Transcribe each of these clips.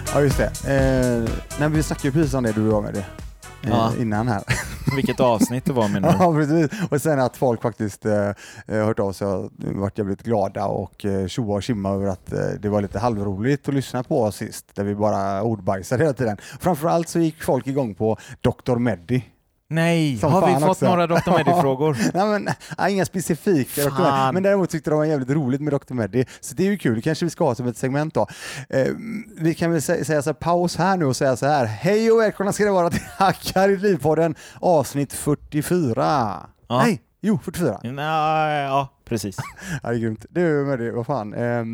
Ja, just det. När vi snackade ju precis om det du och jag med det. Innan här. Vilket avsnitt det var med nu. Ja, precis. Och sen att folk faktiskt hört av sig och varit jävligt glada och tjoa och kimma över att det var lite halvroligt att lyssna på oss sist, där vi bara ordbajsade hela tiden. Framförallt så gick folk igång på Dr. Meddi. Nej, som har vi fått också några Dr. Meddi-frågor? Nej, inga specifika Dr. Meddi, men däremot tyckte de var jävligt roligt med Dr. Meddi, så det är ju kul. Det kanske vi ska ha som ett segment då. Vi kan väl säga så här, paus här nu och säga så här: hej och välkomna ska det vara till Hackar i Livpodden avsnitt 44. Ja. Nej, 44. Nej, ja, precis. Ja, det är grymt. Du Meddi, vad fan.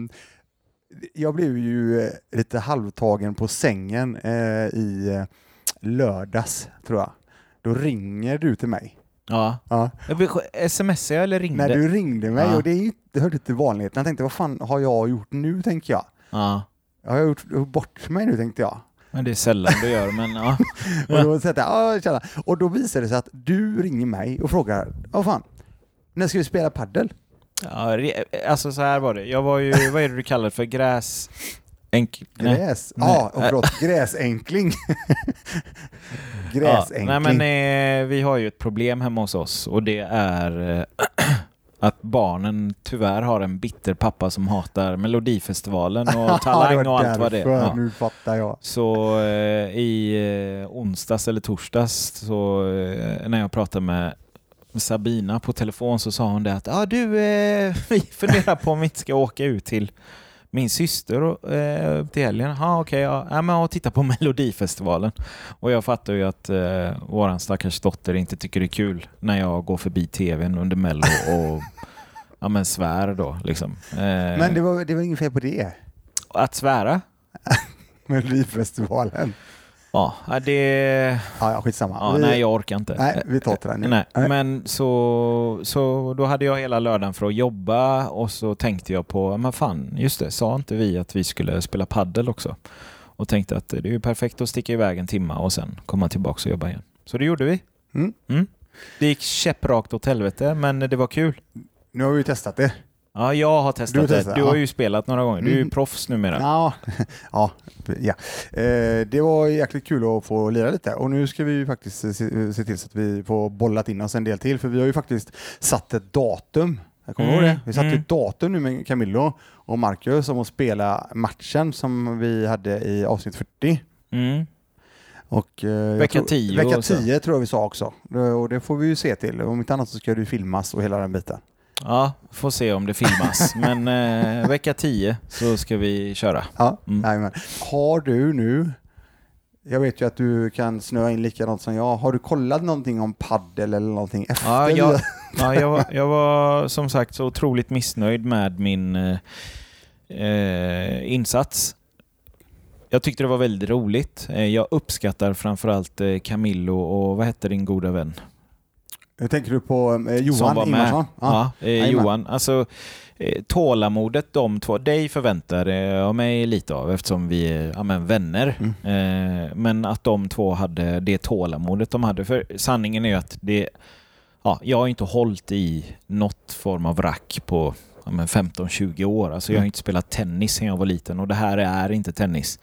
Jag blev ju lite halvtagen på sängen i lördags, tror jag. Då ringer du till mig. Ja. Smsade jag eller ringde? Nej, du ringde mig och det hörde till vanligheten. Jag tänkte, vad fan har jag gjort nu, tänker jag. Ja. Har jag gjort bort mig nu, tänkte jag. Men det är sällan du gör, men ja. Och då visade det sig att du ringer mig och frågar, vad fan, när ska vi spela paddel? Ja, alltså så här var det. Jag var ju, vad är det du kallar det för? Gräs... Gräs? Ja, förlåt. Gräsänkling. Gräsänkling. Ja, nej, men vi har ju ett problem hemma hos oss, och det är att barnen tyvärr har en bitter pappa som hatar Melodifestivalen och Talang och allt vad det är. Ja. Nu fattar jag. Så i onsdags eller torsdags så när jag pratade med Sabina på telefon så sa hon det att vi funderar på om vi inte ska åka ut till min syster och till helgen. Men titta på Melodifestivalen. Och jag fattar ju att våran stackars dotter inte tycker det är kul när jag går förbi tvn under Mello och svär då liksom. Men det var ingen fel på det. Att svära? Melodifestivalen. Ja, det... Ja, skitsamma. Ja, nej, jag orkar inte. Nej, vi tar till det nu. Nej. Men så då hade jag hela lördagen för att jobba, och så tänkte jag på, men fan, just det, sa inte vi att vi skulle spela paddel också? Och tänkte att det är ju perfekt att sticka iväg en timme och sen komma tillbaka och jobba igen. Så det gjorde vi. Mm. Det gick käpprakt åt helvete, men det var kul. Nu har vi ju testat det. Ja, jag har testat det. Du har ju spelat några gånger. Du är ju proffs numera. Ja. Det var jäkligt kul att få lira lite. Och nu ska vi ju faktiskt se till så att vi får bollat in oss en del till. För vi har ju faktiskt satt ett datum. Jag kommer ihåg det. Vi satte ett datum nu med Camillo och Marcus om att spela matchen som vi hade i avsnitt 40. Och vecka 10. Vecka 10 tror jag vi sa också. Och det får vi ju se till. Om inte annat så ska det filmas och hela den biten. Ja, får se om det filmas. Men vecka 10 så ska vi köra. Ja, men har du nu, jag vet ju att du kan snöa in likadant som jag, har du kollat någonting om paddel eller någonting efter? Jag var som sagt så otroligt missnöjd med min insats. Jag tyckte det var väldigt roligt. Jag uppskattar framförallt Camillo och vad heter din goda vän? Tänker du på Johan Ingmarsson? Ja, Johan. Alltså, tålamodet de två, dig förväntar jag mig lite av eftersom vi är vänner. Men att de två hade det tålamodet de hade. För sanningen är ju att jag har inte hållit i något form av rack på 15-20 år. Alltså jag har inte spelat tennis sedan jag var liten, och det här är inte tennis.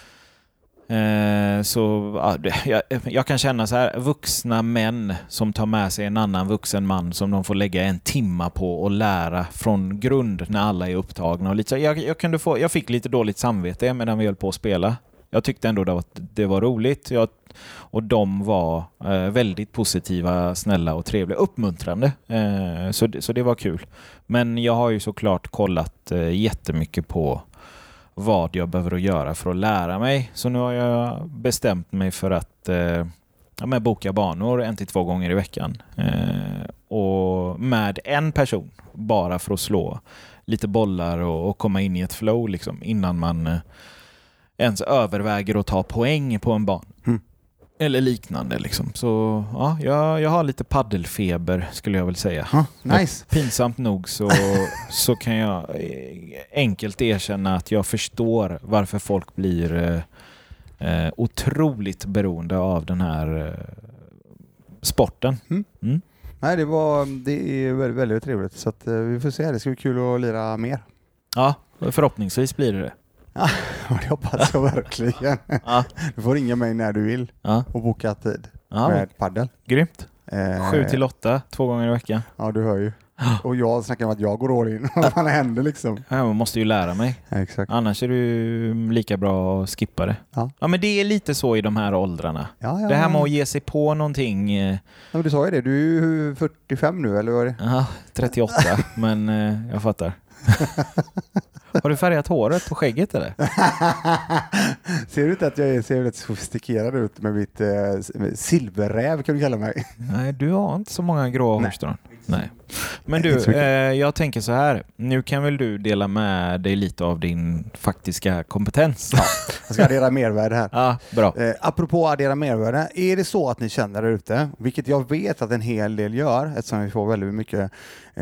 Jag kan känna så här, vuxna män som tar med sig en annan vuxen man som de får lägga en timma på och lära från grund när alla är upptagna och lite så. Jag fick lite dåligt samvete medan vi höll på att spela. Jag tyckte ändå att det var roligt, och de var väldigt positiva, snälla och trevliga, uppmuntrande. Så det var kul. Men jag har ju såklart kollat jättemycket på vad jag behöver göra för att lära mig. Så nu har jag bestämt mig för att boka banor 1-2 gånger i veckan. Och med en person, bara för att slå lite bollar och komma in i ett flow liksom, innan man ens överväger att ta poäng på en bana. Eller liknande liksom. Så jag har lite paddelfeber skulle jag väl säga. Nice. Pinsamt nog så kan jag enkelt erkänna att jag förstår varför folk blir otroligt beroende av den här sporten. Nej, det är väldigt, väldigt trevligt, så att vi får se. Det ska bli kul att lira mer. Ja, förhoppningsvis blir det. Ja, det hoppas jag verkligen. Ja. Du får ringa mig när du vill Ja. och boka tid Ja. med paddel. Grymt. 7-8, 2 gånger i veckan. Ja, du hör ju. Och jag snackar om att jag går all in. Vad fan händer liksom? Ja, man måste ju lära mig. Ja, exakt. Annars är du lika bra att skippa det. Ja. Men det är lite så i de här åldrarna. Ja. Det här med att ge sig på någonting. Ja, men du sa ju det. Du är ju 45 nu, eller vad är det? Ja, 38. Men jag fattar. Har du färgat håret på skägget eller? Ser du inte att jag ser rätt sofistikerad ut med mitt silverräv, kan du kalla mig? Nej, du har inte så många gråa hårstrån. Nej. Men du, Inte jag tänker så här. Nu kan väl du dela med dig lite av din faktiska kompetens? Ja, jag ska addera mervärde här. Ja, bra. Apropå addera mervärde, är det så att ni känner där ute, vilket jag vet att en hel del gör, eftersom vi får väldigt mycket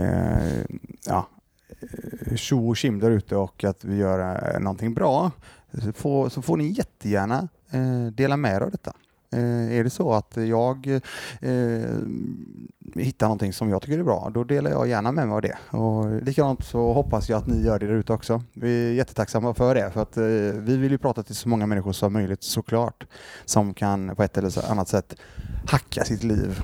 tjo och kim där ute och att vi gör någonting bra, så får ni jättegärna dela med er av detta. Är det så att jag hittar någonting som jag tycker är bra, då delar jag gärna med mig av det. Och likadant så hoppas jag att ni gör det där ute också. Vi är jättetacksamma för det, för att vi vill ju prata till så många människor som möjligt, såklart, som kan på ett eller annat sätt hacka sitt liv.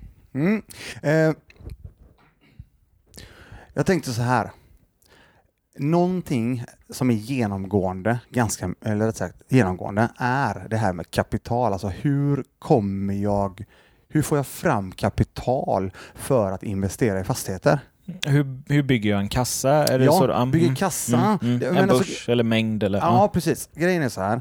Jag tänkte så här. Någonting som är genomgående, genomgående är det här med kapital. Alltså hur får jag fram kapital för att investera i fastigheter? Hur bygger jag en kassa? Är det så? Bygger kassa. En börs eller mängd? Eller? Ja, precis. Grejen är så här.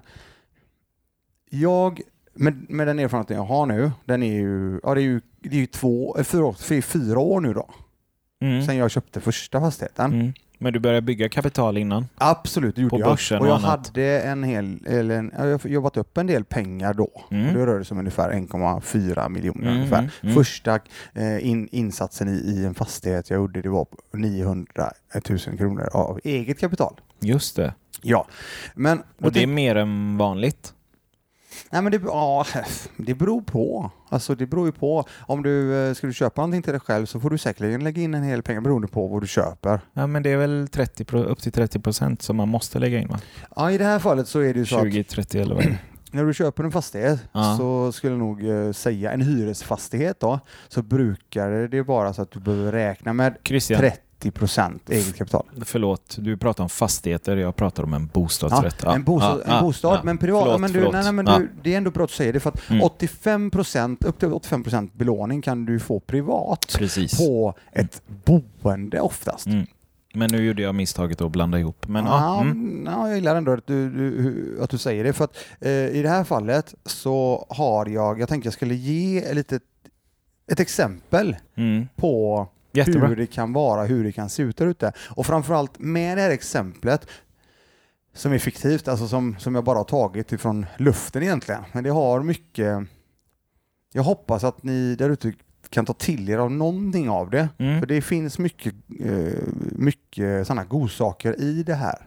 Med den erfarenheten jag har nu, den är ju, det är ju 4 år nu då. Sen jag köpte första fastigheten. Men du började bygga kapital innan? Absolut, det gjorde jag. Börsen och jag annat. hade jag har jobbat upp en del pengar då. Det rörde sig om ungefär 1,4 miljoner ungefär. Första insatsen i en fastighet jag gjorde, det var 900 000 kronor av eget kapital. Just det. Ja. Men, och det är mer än vanligt? Nej, men det beror på. Alltså det beror ju på. Om du ska köpa någonting till dig själv, så får du säkerligen lägga in en hel pengar beroende på vad du köper. Ja, men det är väl upp till 30% som man måste lägga in, va? Ja, i det här fallet så är det ju så 20-30 eller vad? När du köper en fastighet så skulle jag nog säga en hyresfastighet då, så brukar det vara så att du behöver räkna med 30% eget kapital. Förlåt, du pratar om fastigheter, jag pratar om en bostadsrätt. Ja, en bostad, men privat. Det är ändå bra att säga det, för att 85%, upp till 85% belåning kan du få privat. Precis. På ett boende oftast. Men nu gjorde jag misstaget att blanda ihop. Men, jag gillar ändå att du säger det, för att i det här fallet så har jag tänkte jag skulle ge ett exempel på jättebra. Hur det kan vara, hur det kan se ut där ute. Och framförallt med det här exemplet som är fiktivt, alltså som jag bara har tagit ifrån luften egentligen. Men det har mycket. Jag hoppas att ni där ute kan ta till er av någonting av det. För det finns mycket sådana godsaker i det här.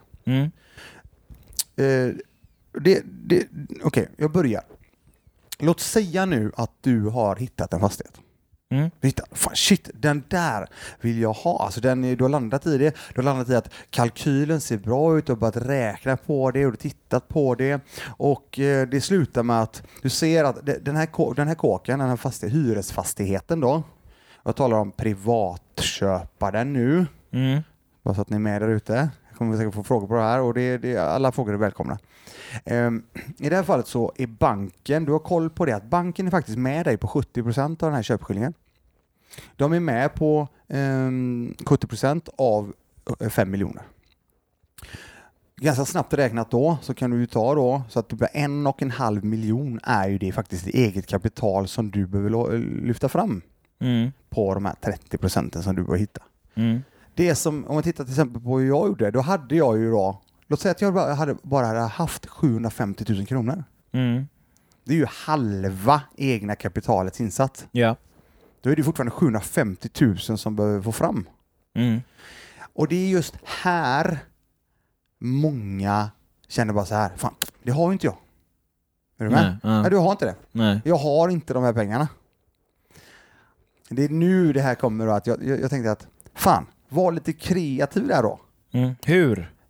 Okej, jag börjar. Låt säga nu att du har hittat en fastighet. Den där vill jag ha. Alltså du har landat i det. Du har landat i att kalkylen ser bra ut. Du har börjat räkna på det och du har tittat på det. Och det slutar med att du ser att den här kåken, den här hyresfastigheten då. Jag talar om privatköparen nu. Bara så att ni är med där ute. Jag kommer säkert få frågor på det här, och alla frågor är välkomna. I det här fallet så är banken, du har koll på det, att banken är faktiskt med dig på 70% av den här köpeskillingen. De är med på 70% av 5 miljoner. Ganska snabbt räknat då så kan du ju ta då så att du blir 1,5 miljon är ju det faktiskt det eget kapital som du behöver lyfta fram på de här 30% som du behöver hitta. Det som, om man tittar till exempel på hur jag gjorde, då hade jag ju då, låt säga att jag bara hade haft 750 000 kronor. Det är ju halva egna kapitalets insats. Ja. Då är det fortfarande 750 000 som behöver få fram. Och det är just här många känner bara så här, fan, det har ju inte jag. Är du med? Nej, du har inte det. Nej. Jag har inte de här pengarna. Det är nu det här kommer då, att jag tänkte att fan, var lite kreativ där då. Hur?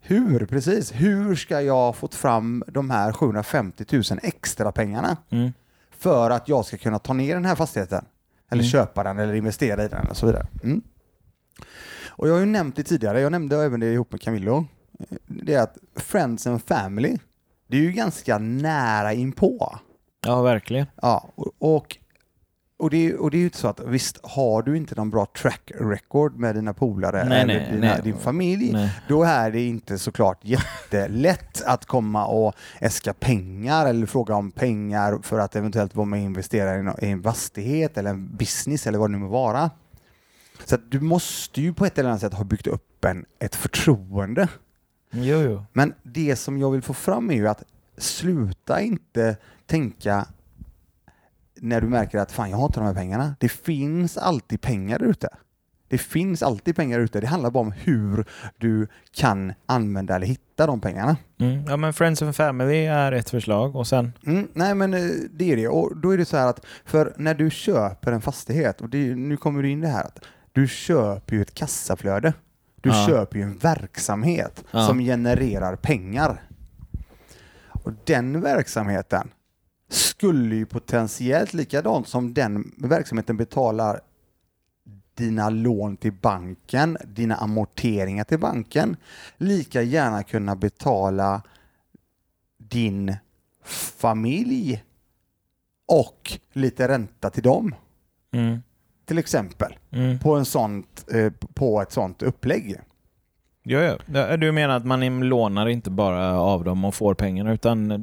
Hur ska jag få fram de här 750 000 extra pengarna för att jag ska kunna ta ner den här fastigheten? Eller köpa den eller investera i den och så vidare. Och jag har ju nämnt det tidigare, jag nämnde även det ihop med Camillo. Det är att friends and family, det är ju ganska nära inpå. Ja, verkligen. Ja, och det är ju inte så att visst, har du inte någon bra track record med dina polare eller din familj, då är det inte såklart jättelätt att komma och äska pengar eller fråga om pengar för att eventuellt vara med och investera i en fastighet eller en business eller vad det nu må vara. Så att du måste ju på ett eller annat sätt ha byggt upp ett förtroende. Jo. Men det som jag vill få fram är ju att sluta inte tänka när du märker att fan, jag har inte de här pengarna. Det finns alltid pengar ute. Det handlar bara om hur du kan använda eller hitta de pengarna. Ja, men Friends and Family är ett förslag och sen... Nej, men det är det. Och då är det så här att för när du köper en fastighet, och nu kommer du in det här att du köper ju ett kassaflöde. Du köper ju en verksamhet som genererar pengar. Och den verksamheten skulle ju potentiellt likadant som den verksamheten betalar dina lån till banken, dina amorteringar till banken, lika gärna kunna betala din familj och lite ränta till dem. Till exempel på ett sånt upplägg. Ja. Du menar att man lånar inte bara av dem och får pengar, utan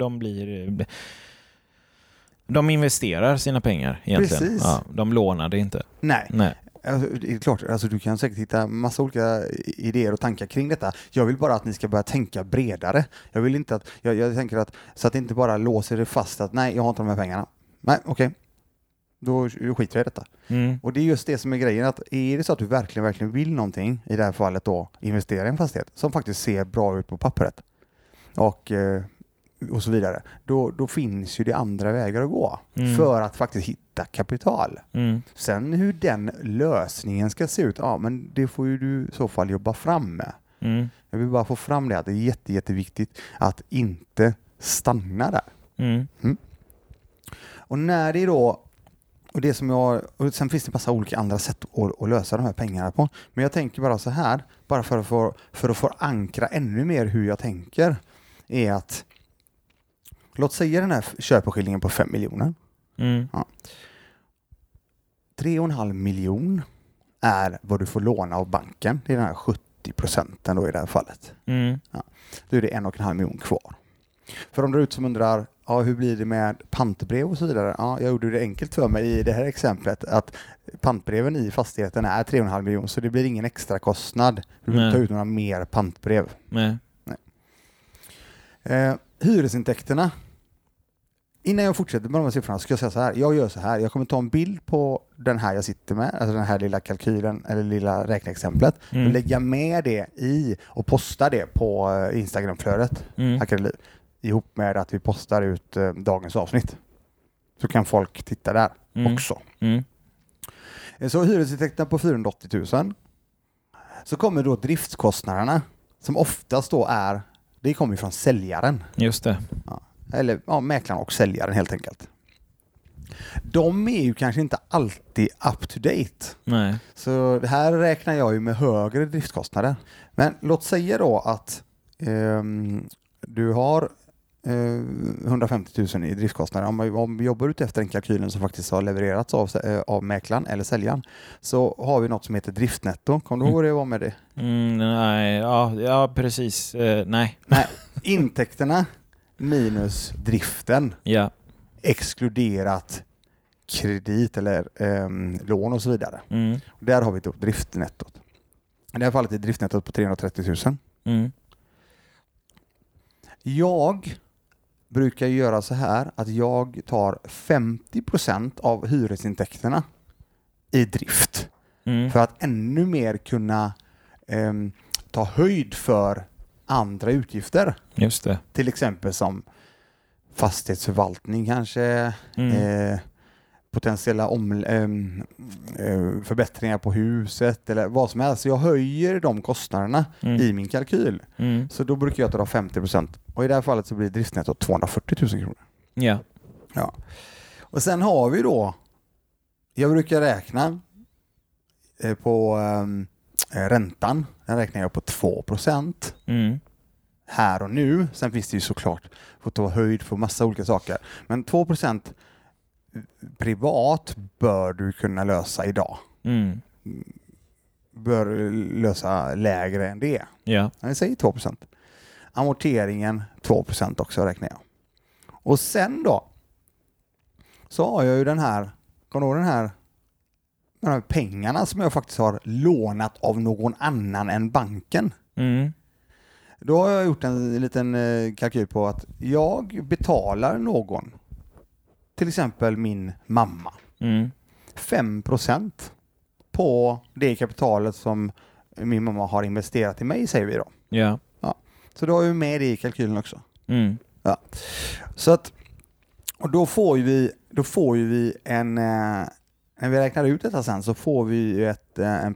de investerar sina pengar egentligen. Precis. Ja, de lånar det inte. Nej. Alltså, det är klart, alltså, du kan säkert hitta massa olika idéer och tankar kring detta. Jag vill bara att ni ska börja tänka bredare. Jag vill inte att, jag tänker att så att det inte bara låser det fast att nej, jag har inte de här pengarna. Nej, okej. Då skiter jag i detta. Och det är just det som är grejen, att är det så att du verkligen vill någonting, i det här fallet då investera i en fastighet som faktiskt ser bra ut på pappret och så vidare, då finns ju det andra vägar att gå för att faktiskt hitta kapital. Sen hur den lösningen ska se ut, men det får ju du i så fall jobba fram med. Jag vill bara få fram det, att det är jätteviktigt att inte stanna där. Och när det då, och sen finns det massa olika andra sätt att lösa de här pengarna på. Men jag tänker bara så här, bara för att få ankra ännu mer hur jag tänker, är att låt säga den här köpeskillingen på 5 miljoner. 3,5 miljon är vad du får låna av banken. Det är den här 70% då i det här fallet. Då är det 1,5 miljon kvar. För de där ut som undrar, hur blir det med pantbrev och så vidare? Jag gjorde det enkelt för mig i det här exemplet att pantbreven i fastigheten är 3,5 miljoner, så det blir ingen extra kostnad. Du vill ta ut några mer pantbrev. Nej. Hyresintäkterna. Innan jag fortsätter med de här siffrorna ska jag säga så här. Jag gör så här. Jag kommer ta en bild på den här jag sitter med, alltså den här lilla kalkylen eller lilla räkneexemplet, och lägga med det i och posta det på Instagramflödet. Hackade ihop med att vi postar ut dagens avsnitt. Så kan folk titta där också. Så hyresintäkterna på 480 000. Så kommer då driftskostnaderna som oftast då det kommer från säljaren. Just det. Eller mäklaren och säljaren helt enkelt. De är ju kanske inte alltid up to date. Nej. Så här räknar jag ju med högre driftskostnader. Men låt säga då att du har 150 000 i driftskostnader. Om vi jobbar ut efter den kalkylen som faktiskt har levererats av mäklaren eller säljaren, så har vi något som heter driftnetto. Kommer du ihåg det var med det? Nej, ja precis. Nej. Intäkterna minus driften. Ja. Exkluderat kredit eller lån och så vidare. Där har vi då driftnettot. I det här fallet är driftnettot på 330 000. Jag brukar göra så här att jag tar 50% av hyresintäkterna i drift för att ännu mer kunna ta höjd för andra utgifter. Just det. Till exempel som fastighetsförvaltning kanske, potentiella förbättringar på huset eller vad som helst. Så jag höjer de kostnaderna i min kalkyl. Så då brukar jag ta 50%. Och i det här fallet så blir driftnetto 240 000 kronor. Ja. Ja. Och sen har vi då, jag brukar räkna på räntan. Den räknar jag på 2%. Här och nu. Sen finns det ju såklart får ta höjd för massa olika saker. Men 2% privat bör du kunna lösa idag. Bör lösa lägre än det. Ja. Jag säger 2%. Amorteringen 2% också räknar jag. Och sen då så har jag ju de här pengarna som jag faktiskt har lånat av någon annan än banken. Då har jag gjort en liten kalkyl på att jag betalar någon, till exempel min mamma, 5% på det kapitalet som min mamma har investerat i mig, säger vi då. Ja. Så då har vi med det i kalkylen också. Ja. Så att, och då får ju vi en, när vi räknar ut detta sen så får vi en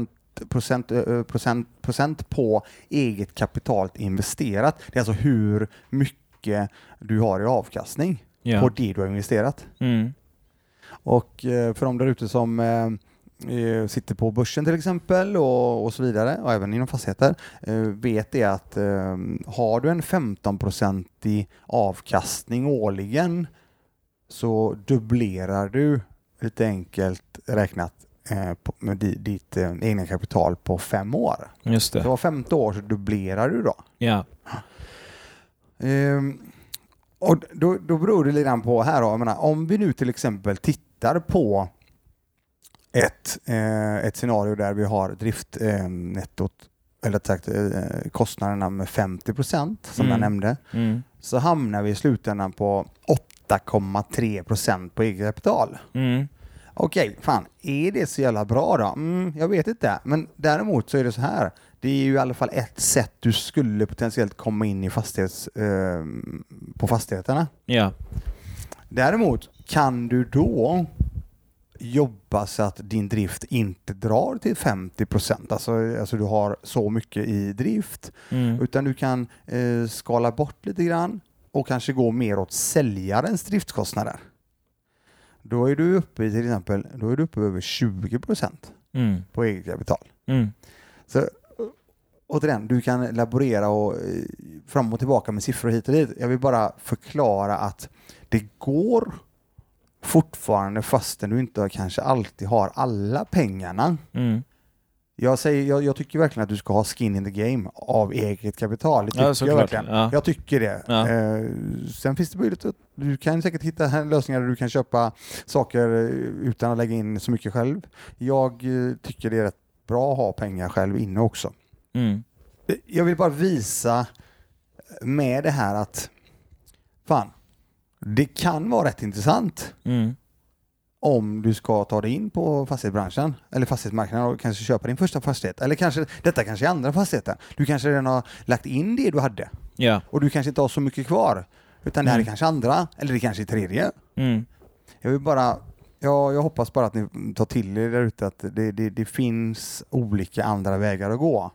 procent på eget kapital investerat. Det är alltså hur mycket du har i avkastning på det du har investerat. Och för de där ute som sitter på börsen till exempel och så vidare, och även inom fastigheter, vet det att har du en 15% avkastning årligen så dubblerar du lite enkelt räknat med ditt egna kapital på 5 år. Just det. Så var 5:e år så dubblerar du då. Ja. Och då beror det lite grann på här då, jag menar, om vi nu till exempel tittar på ett scenario där vi har driftnettot, eller sagt kostnaderna med 50% som jag nämnde, så hamnar vi i slutändan på 8,3% på eget kapital. Okej, fan, är det så jävla bra då? Jag vet inte. Men däremot så är det så här. Det är ju i alla fall ett sätt du skulle potentiellt komma in i på fastigheterna. Ja. Däremot kan du då jobba så att din drift inte drar till 50%. Alltså du har så mycket i drift. Utan du kan skala bort lite grann och kanske gå mer åt säljarens driftskostnader. Då är du uppe i till exempel över 20% på eget kapital. Så återigen, du kan laborera och fram och tillbaka med siffror hit och dit. Jag vill bara förklara att det går fortfarande fastän du inte kanske alltid har alla pengarna. Jag tycker verkligen att du ska ha skin in the game av eget kapital. Det tycker jag verkligen. Ja. Jag tycker det. Ja. Sen finns det möjlighet att du kan säkert hitta lösningar där du kan köpa saker utan att lägga in så mycket själv. Jag tycker det är rätt bra att ha pengar själv inne också. Jag vill bara visa med det här att fan, det kan vara rätt intressant om du ska ta dig in på fastighetsbranschen eller fastighetsmarknaden och kanske köpa din första fastighet. Eller kanske, detta kanske är andra fastigheter. Du kanske redan har lagt in det du hade. Ja. Och du kanske inte har så mycket kvar. Utan det här är kanske andra, eller det kanske är tredje. Jag vill bara, jag hoppas bara att ni tar till er där ute att det finns olika andra vägar att gå.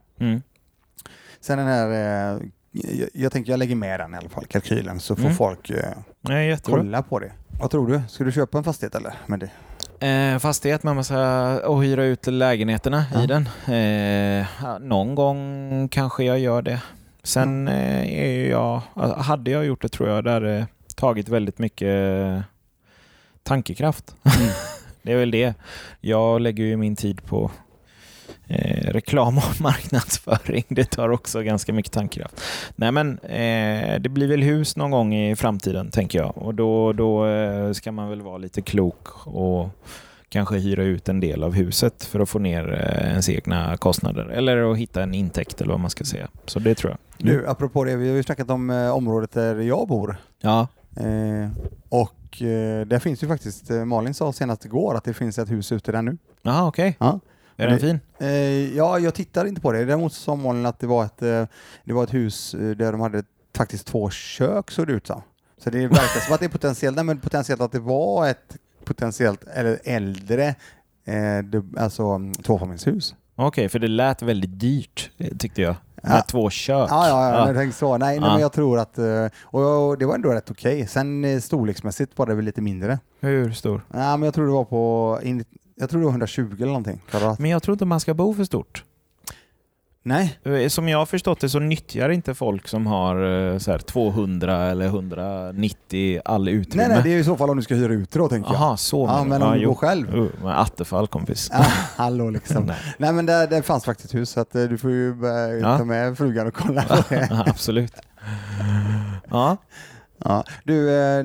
Sen den här, jag tänker jag lägger med den i alla fall, kalkylen, så får folk kolla på det. Vad tror du? Ska du köpa en fastighet eller? Med det? Fastighet med massa och hyra ut lägenheterna i den. Någon gång kanske jag gör det. Sen hade jag gjort det tror jag, där tagit väldigt mycket tankekraft. Det är väl det. Jag lägger ju min tid på reklam och marknadsföring. Det tar också ganska mycket tankekraft. Nej men det blir väl hus någon gång i framtiden tänker jag. Och då ska man väl vara lite klok och kanske hyra ut en del av huset för att få ner ens egna kostnader. Eller att hitta en intäkt eller vad man ska säga. Så det tror jag. Du, apropå det, vi har ju snackat om området där jag bor. Ja. Och där finns ju faktiskt, Malin sa senast igår att det finns ett hus ute där nu. Jaha, okej. Ja. Är den fin? Ja, jag tittar inte på det. Däremot sa Malin att det var ett hus där de hade faktiskt 2 kök, så det ut så. Så det verkar som att det är potentiellt att det var ett potentiellt eller äldre alltså tvåfamiljshus. Okej, för det lät väldigt dyrt tyckte jag. Med 2 kök. Ja. Jag tänkte så. Nej, men jag tror att och det var ändå rätt okej. Sen storleksmässigt var det väl lite mindre. Hur stor? Ja, men jag tror det var jag tror det var 120 eller någonting. Men jag tror inte man ska bo för stort. Nej. Som jag har förstått det så nyttjar inte folk som har så här 200 eller 190 all utrymme. Nej, det är i så fall om du ska hyra ut det då, tänker jag. Jaha, så. Ja, men om du bor själv. Men Attefall kompis. Hallå liksom. Nej, men det fanns faktiskt hus så att du får ju ta med frugan och kolla på det. Absolut. Ja. Du,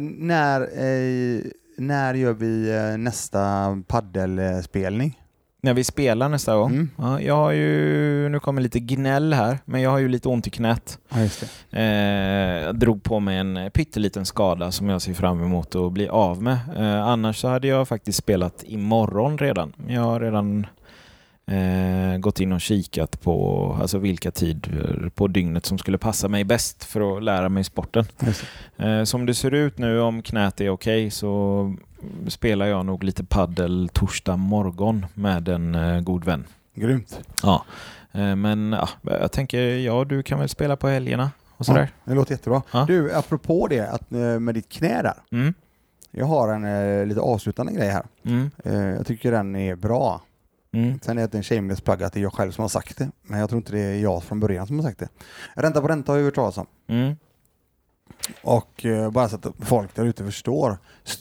när gör vi nästa paddelspelning? När vi spelar nästa gång. Ja, jag har ju, nu kommer lite gnäll här, men jag har ju lite ont i knät. Ja, just det. Jag drog på mig en pytteliten skada som jag ser fram emot att bli av med. Annars så hade jag faktiskt spelat imorgon redan. Jag har redan gått in och kikat på alltså vilka tider på dygnet som skulle passa mig bäst för att lära mig sporten. Som det ser ut nu, om knät är okej, så spelar jag nog lite paddel torsdag morgon med en god vän. Grymt. Ja, men jag tänker, du kan väl spela på helgerna och sådär. Ja, det låter jättebra. Ja. Du, apropå det, att med ditt knä där. Jag har en lite avslutande grej här. Jag tycker den är bra. Sen är det en shameless plug att det är jag själv som har sagt det. Men jag tror inte det är jag från början som har sagt det. Ränta på ränta har jag hört talas om. Och bara så att folk där ute förstår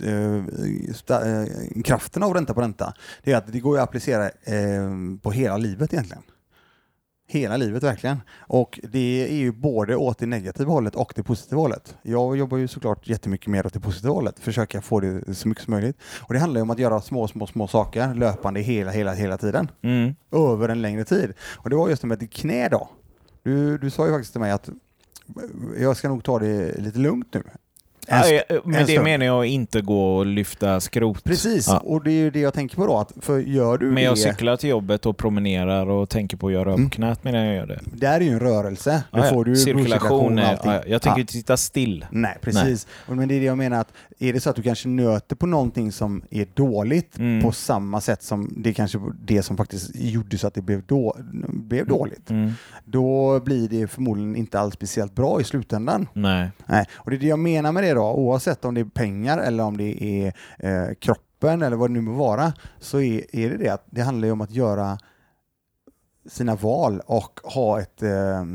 kraften av ränta på ränta. Det är att det går att applicera på hela livet egentligen. Hela livet verkligen. Och det är ju både åt det negativa hållet och det positiva hållet. Jag jobbar ju såklart jättemycket mer åt det positiva hållet. Försöka få det så mycket som möjligt. Och det handlar ju om att göra små saker löpande hela tiden. Över en längre tid. Och det var just det med ditt knä då. Du sa ju faktiskt till mig att jag ska nog ta det lite lugnt nu. Men det menar jag inte gå och lyfta skrot. Precis, och det är ju det jag tänker på då. Att för gör du men jag cyklar till jobbet och promenerar och tänker på att göra upp knät medan jag gör det. Det är ju en rörelse. Då får du cirkulation och allting. Jag tänker inte sitta still. Nej, precis. Nej. Men det är det jag menar, att är det så att du kanske nöter på någonting som är dåligt på samma sätt som det kanske det som faktiskt gjorde så att det blev dåligt. Då blir det förmodligen inte alls speciellt bra i slutändan. Nej. Och det är det jag menar med det då, oavsett om det är pengar eller om det är kroppen eller vad det nu må vara, så är det att det handlar ju om att göra sina val och ha ett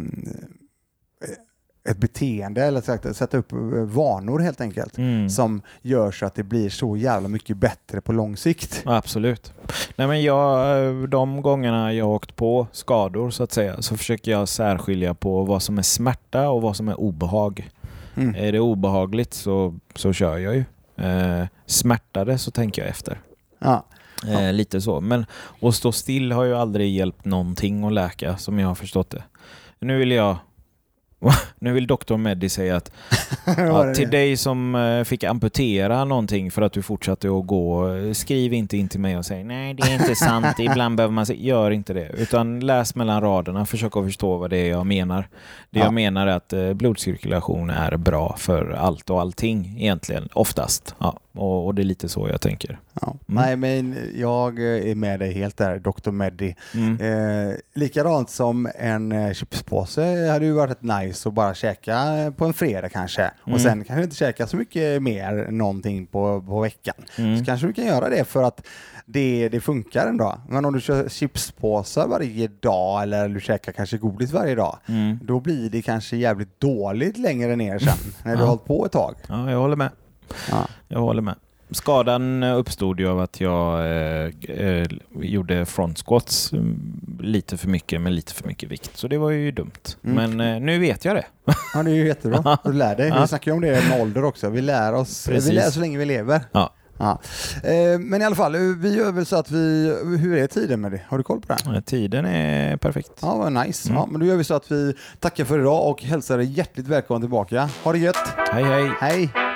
beteende eller sätta upp vanor helt enkelt som gör så att det blir så jävla mycket bättre på lång sikt. Absolut. Nej, men de gångerna jag har åkt på skador så att säga, så försöker jag särskilja på vad som är smärta och vad som är obehag. Är det obehagligt så kör jag ju. Smärtade så tänker jag efter. Lite så. Men att stå still har ju aldrig hjälpt någonting att läka, som jag har förstått det. Nu vill Dr. Meddi säga att till dig som fick amputera någonting för att du fortsatte att gå, skriv inte in till mig och säg nej, det är inte sant, ibland behöver man säga, gör inte det, utan läs mellan raderna, försök att förstå vad det är jag menar. Jag menar är att blodcirkulation är bra för allt och allting egentligen, oftast. Och det är lite så jag tänker. Nej, men jag är med dig helt där, Dr. Meddi. Likadant som en chipspåse hade ju varit ett nice att bara käka på en fredag kanske. Och sen kanske inte käka så mycket mer någonting på veckan. Så kanske du kan göra det för att det funkar ändå. Men om du kör chipspåsar varje dag eller du käkar kanske godis varje dag, då blir det kanske jävligt dåligt längre ner sen när du har hållit på ett tag. Ja, jag håller med. Jag håller med. Skadan uppstod ju av att jag gjorde front squats lite för mycket med lite för mycket vikt. Så det var ju dumt. Men nu vet jag det. Ja, det är ju jättebra. Du lär dig. Vi snackar ju om det med ålder också. Vi lär oss. Vi lär så länge vi lever. Men i alla fall, vi gör väl så att hur är tiden med det? Har du koll på det? Tiden är perfekt. Ja, vad nice. Men då gör vi så att vi tackar för idag och hälsar dig hjärtligt välkommen tillbaka. Ha det gött. Hej, hej. Hej.